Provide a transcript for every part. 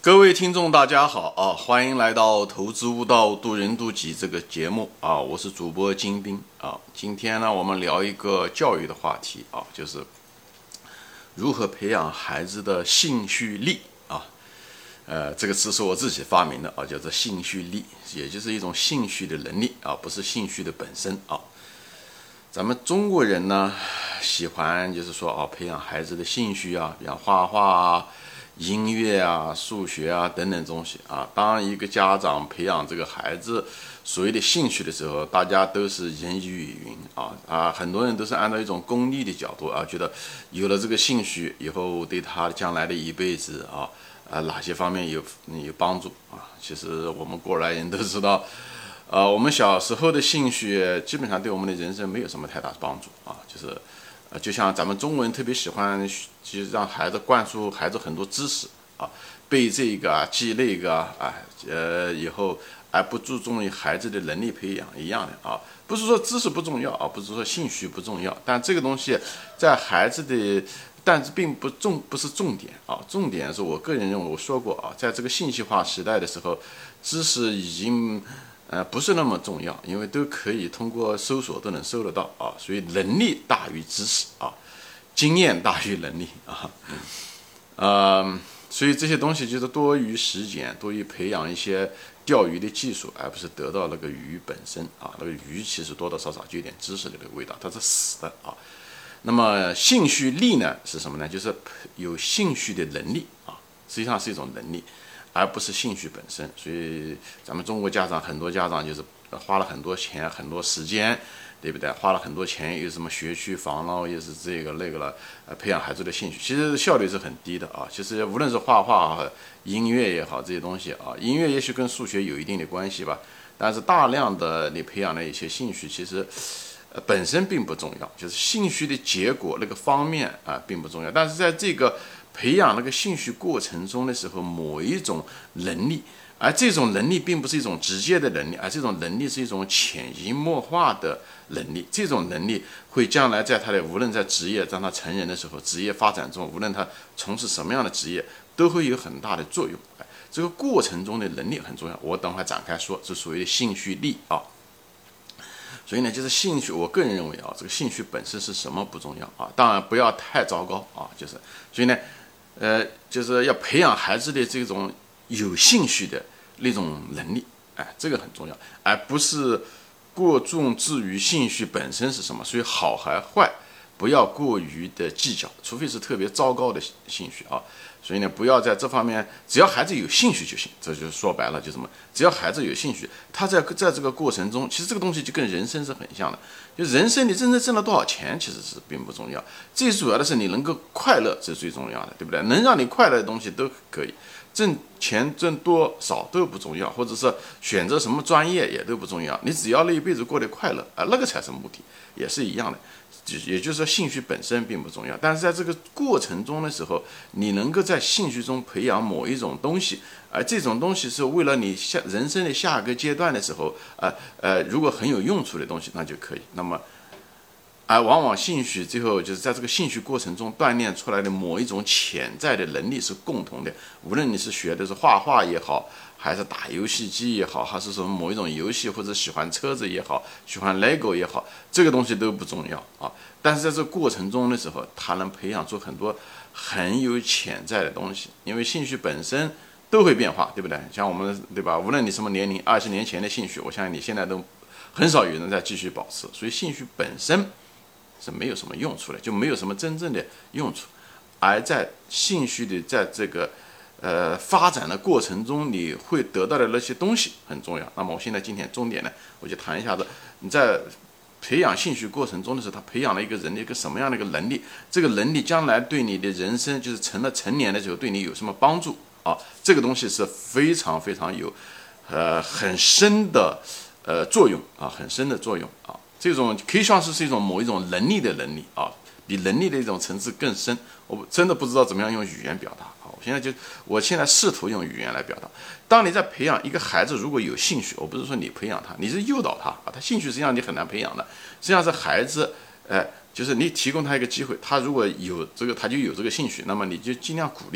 各位听众，大家好啊！欢迎来到《投资悟道，渡人渡己》这个节目啊！我是主播金兵啊。今天呢，我们聊一个教育的话题啊，就是如何培养孩子的兴趣力啊。这个词是我自己发明的啊，叫做兴趣力，也就是一种兴趣的能力啊，不是兴趣的本身啊。咱们中国人呢，喜欢就是说啊，培养孩子的兴趣啊，比方画画啊。音乐啊、数学啊等等东西啊，当一个家长培养这个孩子所谓的兴趣的时候，大家都是人云亦云啊，很多人都是按照一种功利的角度啊，觉得有了这个兴趣以后，对他将来的一辈子哪些方面有帮助啊？其实我们过来人都知道，我们小时候的兴趣基本上对我们的人生没有什么太大帮助啊，就像咱们中国人特别喜欢，就是让孩子灌输孩子很多知识啊，背这个啊，记那个啊，以后而不注重于孩子的能力培养一样的啊。不是说知识不重要啊，不是说兴趣不重要，但这个东西在孩子的，但是并不是重点啊。重点是我个人认为，我说过啊，在这个信息化时代的时候，知识已经。不是那么重要，因为都可以通过搜索都能搜得到啊，所以能力大于知识啊，经验大于能力啊，所以这些东西就是多于实践，多于培养一些钓鱼的技术，而不是得到那个鱼本身啊，那个鱼其实多多少少就有点知识的那个味道，它是死的啊。那么兴趣力呢是什么呢？就是有兴趣的能力啊，实际上是一种能力。而不是兴趣本身，所以咱们中国家长很多家长就是花了很多钱、很多时间，对不对？花了很多钱，又什么学区房了，又是这个那个了，培养孩子的兴趣，其实效率是很低的啊。其实无论是画画和音乐也好，这些东西啊，音乐也许跟数学有一定的关系吧，但是大量的你培养的一些兴趣，其实。本身并不重要，就是兴趣的结果那个方面啊，并不重要。但是在这个培养那个兴趣过程中的时候，某一种能力，而这种能力并不是一种直接的能力，而这种能力是一种潜移默化的能力。这种能力会将来在他的无论在职业，当他成人的时候，职业发展中，无论他从事什么样的职业，都会有很大的作用。这个过程中的能力很重要，我等会展开说，是属于兴趣力啊。所以呢，就是兴趣，我个人认为啊，这个兴趣本身是什么不重要啊，当然不要太糟糕啊，所以呢，就是要培养孩子的这种有兴趣的那种能力，这个很重要，而不是过重置于兴趣本身是什么，所以好还坏，不要过于的计较，除非是特别糟糕的兴趣啊。所以呢，不要在这方面，只要孩子有兴趣就行。这就是说白了，就什么，只要孩子有兴趣，他在这个过程中，其实这个东西就跟人生是很像的。就人生你真正挣了多少钱，其实是并不重要，最主要的是你能够快乐，这是最重要的，对不对？能让你快乐的东西都可以，挣钱挣多少都不重要，或者是选择什么专业也都不重要，你只要那一辈子过得快乐啊，那个才是目的，也是一样的。也就是说，兴趣本身并不重要，但是在这个过程中的时候，你能够在兴趣中培养某一种东西，而这种东西是为了你人生的下一个阶段的时候，如果很有用处的东西，那就可以。那么，往往兴趣最后就是在这个兴趣过程中锻炼出来的某一种潜在的能力是共同的，无论你是学的是画画也好，还是打游戏机也好，还是什么某一种游戏，或者喜欢车子也好，喜欢 LEGO 也好，这个东西都不重要啊。但是在这个过程中的时候，它能培养出很多很有潜在的东西，因为兴趣本身都会变化，对不对？像我们对吧？无论你什么年龄，20年前的兴趣，我相信你现在都很少有人在继续保持，所以兴趣本身是没有什么用处的，就没有什么真正的用处。而在兴趣的在这个发展的过程中，你会得到的那些东西很重要。那么我现在今天重点呢，我就谈一下子你在培养兴趣过程中的时候，他培养了一个人的一个什么样的一个能力，这个能力将来对你的人生，就是成年的时候对你有什么帮助啊？这个东西是非常非常有很深的作用啊，很深的作用啊。这种可以算是一种某一种能力的能力啊，比能力的一种层次更深。我真的不知道怎么样用语言表达啊。我现在试图用语言来表达。当你在培养一个孩子，如果有兴趣，我不是说你培养他，你是诱导他啊。他兴趣实际上你很难培养的，实际上是孩子，就是你提供他一个机会，他如果有这个，他就有这个兴趣，那么你就尽量鼓励他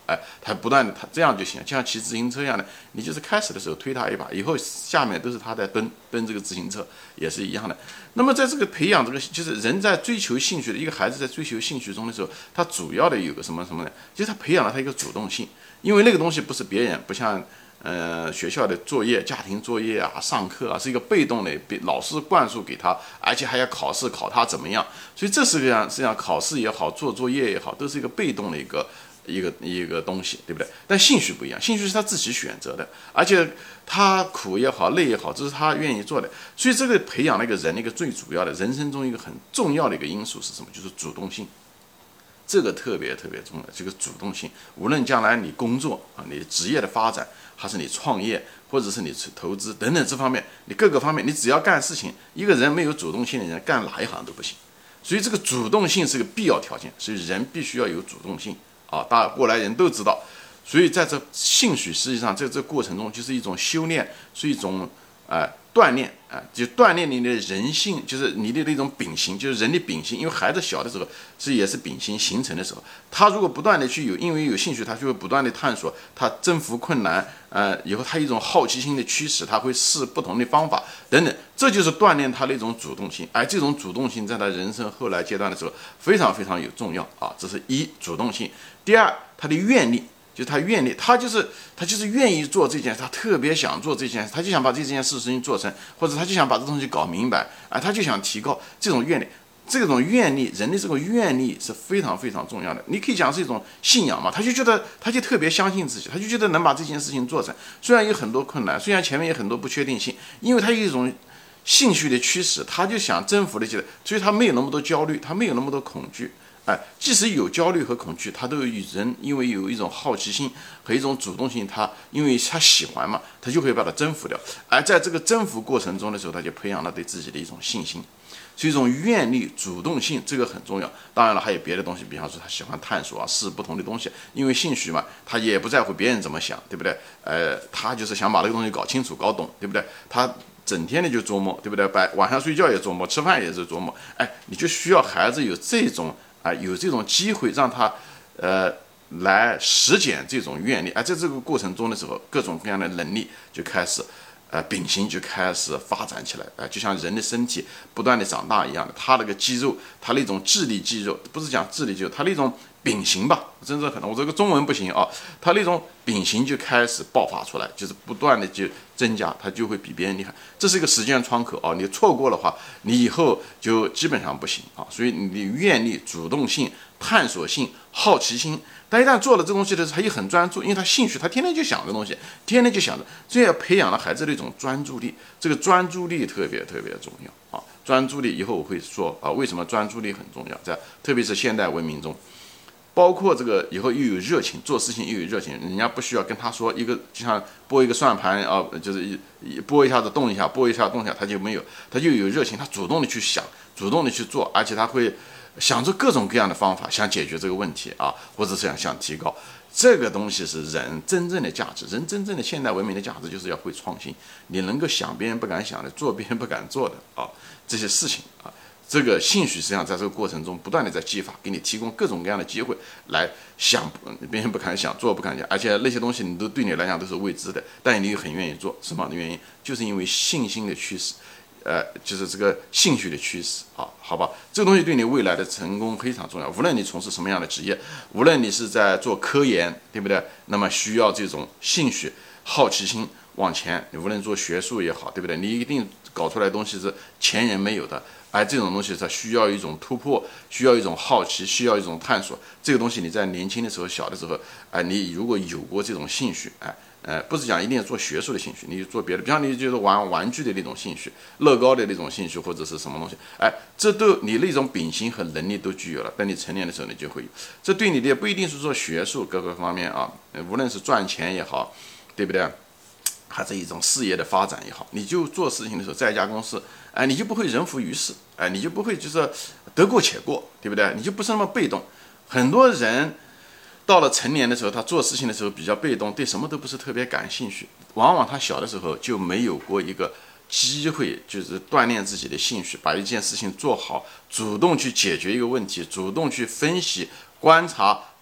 他不断的他这样就行，就像骑自行车一样的，你就是开始的时候推他一把，以后下面都是他在蹬这个自行车，也是一样的。那么在这个培养这个，就是人在追求兴趣的一个孩子在追求兴趣中的时候，他主要的有个什么呢？就是他培养了他一个主动性，因为那个东西不是别人，不像学校的作业、家庭作业啊、上课啊，是一个被动的，被老师灌输给他，而且还要考试考他怎么样，所以这是个样，实际上考试也好，做作业也好，都是一个被动的一个东西，对不对？但兴趣不一样，兴趣是他自己选择的，而且他苦也好，累也好，这是他愿意做的。所以这个培养了一个人，一个最主要的人生中一个很重要的一个因素是什么？就是主动性。这个特别特别重要，这个主动性，无论将来你工作啊，你职业的发展，还是你创业，或者是你投资等等这方面，你各个方面，你只要干事情，一个人没有主动性的人，干哪一行都不行。所以这个主动性是个必要条件，所以人必须要有主动性啊，大过来人都知道。所以在这兴趣，实际上在这过程中就是一种修炼，是一种锻炼就锻炼你的人性，就是你的那种秉性，就是人的秉性。因为孩子小的时候也是秉性形成的时候，他如果不断的去因为有兴趣，他就会不断的探索，他征服困难，以后他一种好奇心的驱使，他会试不同的方法等等，这就是锻炼他的一种主动性。而这种主动性在他人生后来阶段的时候非常非常有重要啊，这是一主动性。第二，他的愿力。就是他愿力，他就是愿意做这件事，他特别想做这件事，他就想把这件事情做成，或者他就想把这东西搞明白，他就想提高这种愿力。这种愿力，人的这个愿力是非常非常重要的。你可以讲是一种信仰嘛，他就特别相信自己，他就觉得能把这件事情做成，虽然有很多困难，虽然前面有很多不确定性，因为他有一种兴趣的驱使，他就想征服的起来，所以他没有那么多焦虑，他没有那么多恐惧。即使有焦虑和恐惧，他都有人因为有一种好奇心和一种主动性，他因为他喜欢嘛，他就可以把它征服掉。而在这个征服过程中的时候，他就培养了对自己的一种信心，是一种愿力、主动性，这个很重要。当然了，还有别的东西，比方说他喜欢探索试不同的东西，因为兴趣嘛，他也不在乎别人怎么想，对不对？他就是想把这个东西搞清楚、搞懂，对不对？他整天的就琢磨，对不对？晚上睡觉也琢磨，吃饭也是琢磨。你就需要孩子有这种。有这种机会让他来实践这种愿力，在这个过程中的时候，各种各样的能力就开始秉性就开始发展起来，就像人的身体不断的长大一样的，他那个肌肉，他那种智力肌肉，不是讲智力肌肉，他那种秉性吧，真正可能我这个中文不行啊，他那种秉性就开始爆发出来，就是不断的就增加，他就会比别人厉害。这是一个时间窗口啊，你错过的话，你以后就基本上不行啊。所以你的愿力、主动性、探索性、好奇心，但一旦做了这东西的时候，他也很专注，因为他兴趣，他天天就想这东西，天天就想着，这也培养了孩子的一种专注力。这个专注力特别特别重要啊！专注力以后我会说啊，为什么专注力很重要？特别是现代文明中。包括这个以后又有热情，做事情又有热情，人家不需要跟他说一个，就像拨一个算盘啊，就是拨一下子动一下，拨一下动一下，他就没有，他就有热情，他主动的去想，主动的去做，而且他会想出各种各样的方法，想解决这个问题啊，或者是想提高。这个东西是人真正的价值，人真正的现代文明的价值就是要会创新，你能够想别人不敢想的，做别人不敢做的啊，这些事情啊。这个兴趣实际上在这个过程中不断的在激发，给你提供各种各样的机会来想，别人不敢想，做不敢想，而且那些东西你对你来讲都是未知的，但你又很愿意做，什么样的原因？就是因为信心的驱使，就是这个兴趣的驱使啊，好吧？这个东西对你未来的成功非常重要，无论你从事什么样的职业，无论你是在做科研，对不对？那么需要这种兴趣、好奇心往前，你无论做学术也好，对不对？你一定搞出来的东西是前人没有的。这种东西它需要一种突破，需要一种好奇，需要一种探索。这个东西你在年轻的时候、小的时候，你如果有过这种兴趣，不是讲一定要做学术的兴趣，你做别的，比方你就是玩玩具的那种兴趣、乐高的那种兴趣，或者是什么东西，这都你那种秉性和能力都具有了。等你成年的时候，你就会有。这对你的不一定是说学术各个方面啊，无论是赚钱也好，对不对？还是一种事业的发展也好，你就做事情的时候，在一家公司，你就不会人浮于事，你就不会就是得过且过，对不对？你就不是那么被动。很多人到了成年的时候，他做事情的时候比较被动，对什么都不是特别感兴趣。往往他小的时候就没有过一个机会，就是锻炼自己的兴趣，把一件事情做好，主动去解决一个问题，主动去分析、观察、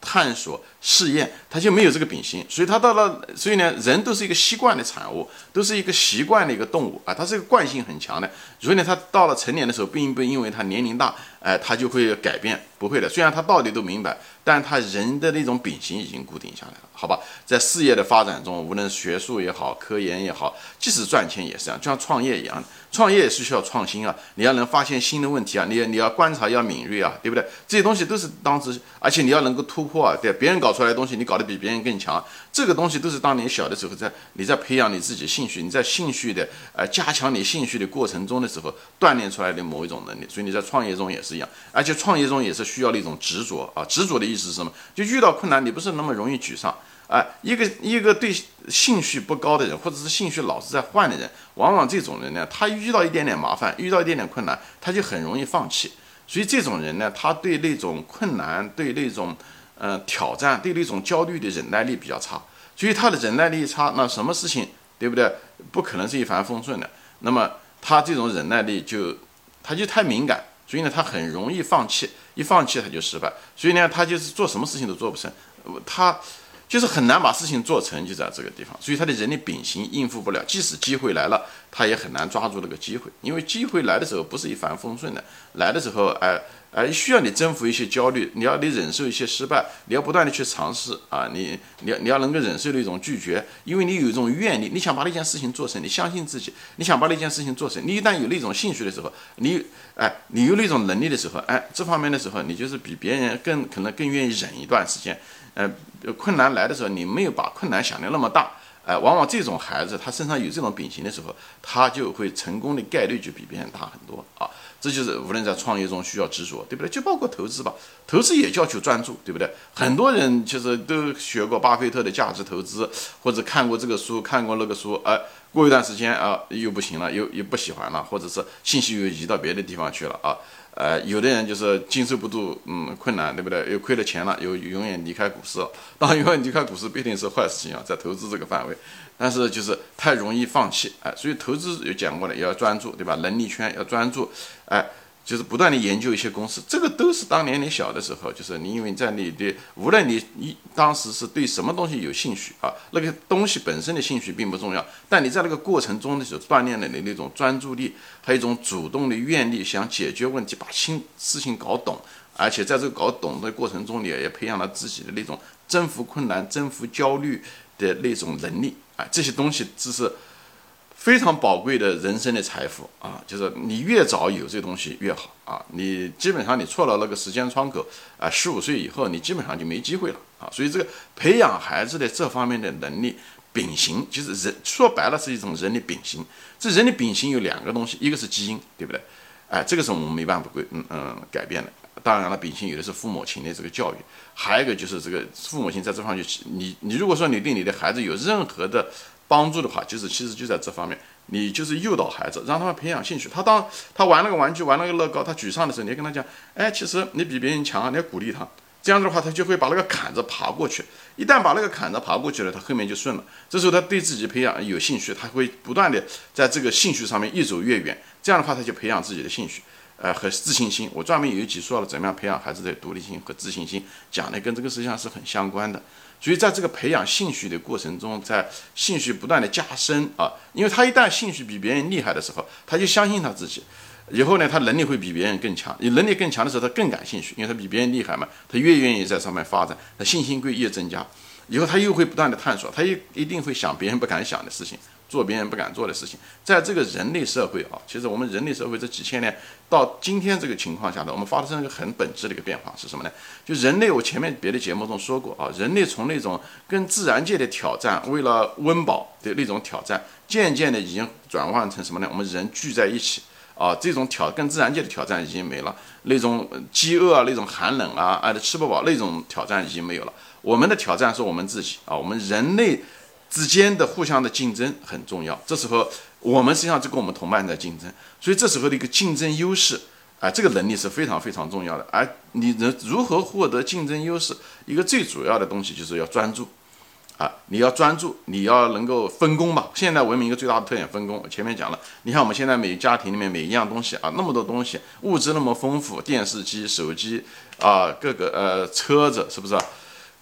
探索、试验，他就没有这个秉性，所以他到了，所以呢，人都是一个习惯的产物，都是一个习惯的一个动物啊，它是一个惯性很强的。所以呢，他到了成年的时候，并不因为他年龄大，他就会改变，不会的。虽然他道理都明白，但他人的那种秉性已经固定下来了，好吧？在事业的发展中，无论学术也好，科研也好，即使赚钱也是这样，就像创业一样，创业也是需要创新啊，你要能发现新的问题啊，你要观察要敏锐啊，对不对？这些东西都是当时，而且你要能够突破啊，对，别人搞出来的东西，你搞得比别人更强，这个东西都是当年小的时候，你在培养你自己兴趣，你在兴趣的加强你兴趣的过程中的时候锻炼出来的某一种能力，所以你在创业中也是一样，而且创业中也是需要的一种执着啊，执着的意思是什么？就遇到困难，你不是那么容易沮丧。一个对兴趣不高的人，或者是兴趣老是在换的人，往往这种人呢，他遇到一点点麻烦，遇到一点点困难，他就很容易放弃。所以这种人呢，他对那种困难、对那种挑战、对那种焦虑的忍耐力比较差。所以他的忍耐力差，那什么事情，对不对？不可能是一帆风顺的。那么他这种忍耐力他就太敏感，所以呢，他很容易放弃，一放弃他就失败。所以呢，他就是做什么事情都做不成，他就是很难把事情做成，就在这个地方。所以他的人的秉性应付不了，即使机会来了，他也很难抓住那个机会，因为机会来的时候不是一帆风顺的，来的时候需要你征服一些焦虑，你忍受一些失败，你要不断的去尝试啊，你要能够忍受的一种拒绝，因为你有一种愿力，你想把那件事情做成，你相信自己，你想把那件事情做成，你一旦有那种兴趣的时候，你有那种能力的时候，这方面的时候，你就是比别人可能更愿意忍一段时间，困难来的时候，你没有把困难想得那么大。往往这种孩子他身上有这种秉性的时候，他就会成功的概率就比别人大很多啊。这就是无论在创业中需要执着，对不对？就包括投资吧，投资也要求专注，对不对？很多人其实都学过巴菲特的价值投资，或者看过这个书，看过那个书，过一段时间又不行了，又不喜欢了，或者是兴趣又移到别的地方去了啊。有的人就是经受不住困难，对不对？又亏了钱了，又永远离开股市了。当然，永远离开股市不一定是坏事情啊，在投资这个范围，但是就是太容易放弃，所以投资有讲过的，也要专注，对吧？能力圈要专注，就是不断的研究一些公司，这个都是当年你小的时候，就是你因为在你的无论你当时是对什么东西有兴趣啊，那个东西本身的兴趣并不重要，但你在那个过程中的时候锻炼了你那种专注力，还有一种主动的愿力，想解决问题，把事情搞懂，而且在这个搞懂的过程中，你也培养了自己的那种征服困难、征服焦虑的那种能力这些东西这是非常宝贵的人生的财富啊，就是你越早有这东西越好啊。你基本上你错了那个时间窗口15岁以后，你基本上就没机会了啊。所以这个培养孩子的这方面的能力秉性，就是人说白了是一种人的秉性。这人的秉性有两个东西，一个是基因，对不对？这个是我们没办法改变的。当然了，秉性有的是父母亲的这个教育，还有一个就是这个父母亲在这方面，你如果说你对你的孩子有任何的帮助的话，其实就在这方面，你就是诱导孩子，让他们培养兴趣。他玩那个玩具，玩那个乐高，他沮丧的时候，你要跟他讲，其实你比别人强，你要鼓励他。这样的话，他就会把那个坎子爬过去。一旦把那个坎子爬过去了，他后面就顺了。这时候他对自己培养有兴趣，他会不断的在这个兴趣上面越走越远。这样的话，他就培养自己的兴趣。和自信心，我专门有一集说了怎么样培养孩子的独立性和自信心，讲的跟这个实际上是很相关的。所以在这个培养兴趣的过程中，在兴趣不断的加深因为他一旦兴趣比别人厉害的时候，他就相信他自己，以后呢，他能力会比别人更强。你能力更强的时候，他更感兴趣，因为他比别人厉害嘛，他越愿意在上面发展，他信心会越增加。以后他又会不断的探索，他一定会想别人不敢想的事情，做别人不敢做的事情。在这个人类社会其实我们人类社会这几千年到今天这个情况下呢，我们发生一个很本质的一个变化是什么呢？就人类，我前面别的节目中说过人类从那种跟自然界的挑战，为了温饱的那种挑战，渐渐的已经转换成什么呢？我们人聚在一起这种跟自然界的挑战已经没了，那种饥饿那种寒冷吃不饱那种挑战已经没有了。我们的挑战是我们自己我们人类之间的互相的竞争很重要。这时候我们实际上就跟我们同伴在竞争，所以这时候的一个竞争优势这个能力是非常非常重要的。而你如何获得竞争优势，一个最主要的东西就是要专注你要专注，你要能够分工吧。现代文明一个最大的特点分工，我前面讲了，你看我们现在每家庭里面每一样东西那么多东西，物质那么丰富，电视机、手机各个车子是不是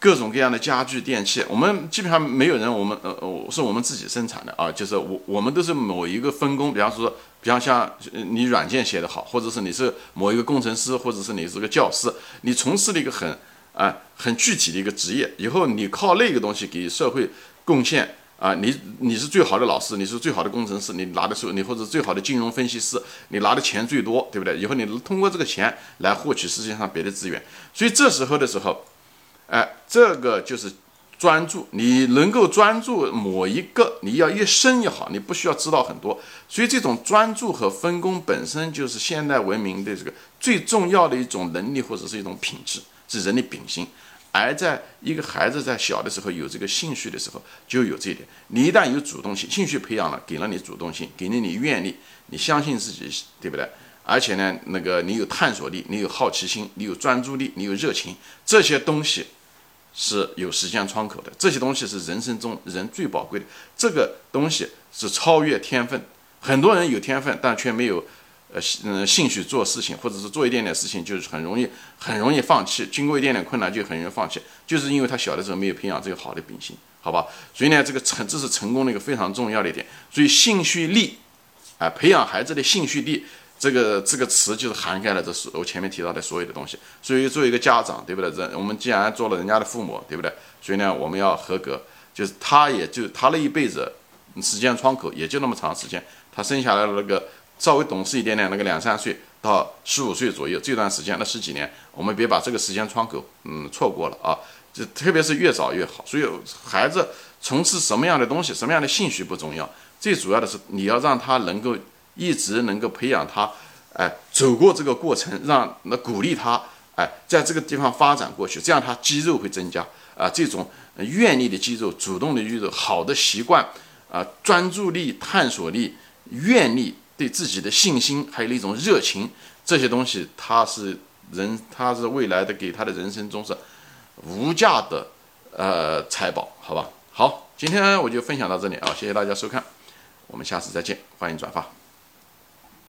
各种各样的家具电器，我们基本上没有人，是我们自己生产的啊，就是我们都是某一个分工，比方说，像你软件写得好，或者是你是某一个工程师，或者是你是个教师，你从事了一个很具体的一个职业，以后你靠那个东西给社会贡献。你是最好的老师，你是最好的工程师，你拿的是你或者最好的金融分析师，你拿的钱最多，对不对？以后你通过这个钱来获取世界上别的资源，所以这时候，这个就是专注，你能够专注某一个，你要一生也好，你不需要知道很多，所以这种专注和分工本身就是现代文明的这个最重要的一种能力或者是一种品质，是人的秉性。而在一个孩子在小的时候有这个兴趣的时候，就有这一点。你一旦有主动性，兴趣培养了，给了你主动性，给了你愿力，你相信自己，对不对？而且呢，你有探索力，你有好奇心，你有专注力，你有热情，这些东西是有时间窗口的。这些东西是人生中人最宝贵的。这个东西是超越天分。很多人有天分，但却没有兴趣做事情，或者是做一点点事情，就是很容易放弃。经过一点点困难，就很容易放弃，就是因为他小的时候没有培养这个好的秉性，好吧？所以呢，这是成功的一个非常重要的一点。所以兴趣力，培养孩子的兴趣力，这个词就是涵盖了我前面提到的所有的东西。所以作为一个家长，对不对？我们既然做了人家的父母，对不对？所以呢，我们要合格。就是他那一辈子时间窗口也就那么长时间，他生下来的稍微懂事一点点，2、3岁到15岁左右这段时间，那10几年，我们别把这个时间窗口错过了啊！特别是越早越好。所以孩子从事什么样的东西，什么样的兴趣不重要，最主要的是你要让他能够一直能够培养他，走过这个过程，鼓励他，在这个地方发展过去，这样他肌肉会增加这种愿力的肌肉、主动的肌肉、好的习惯专注力、探索力、愿力。对自己的信心，还有一种热情，这些东西，他是未来的给他的人生中是无价的财宝，好吧？好，今天我就分享到这里啊，谢谢大家收看，我们下次再见，欢迎转发。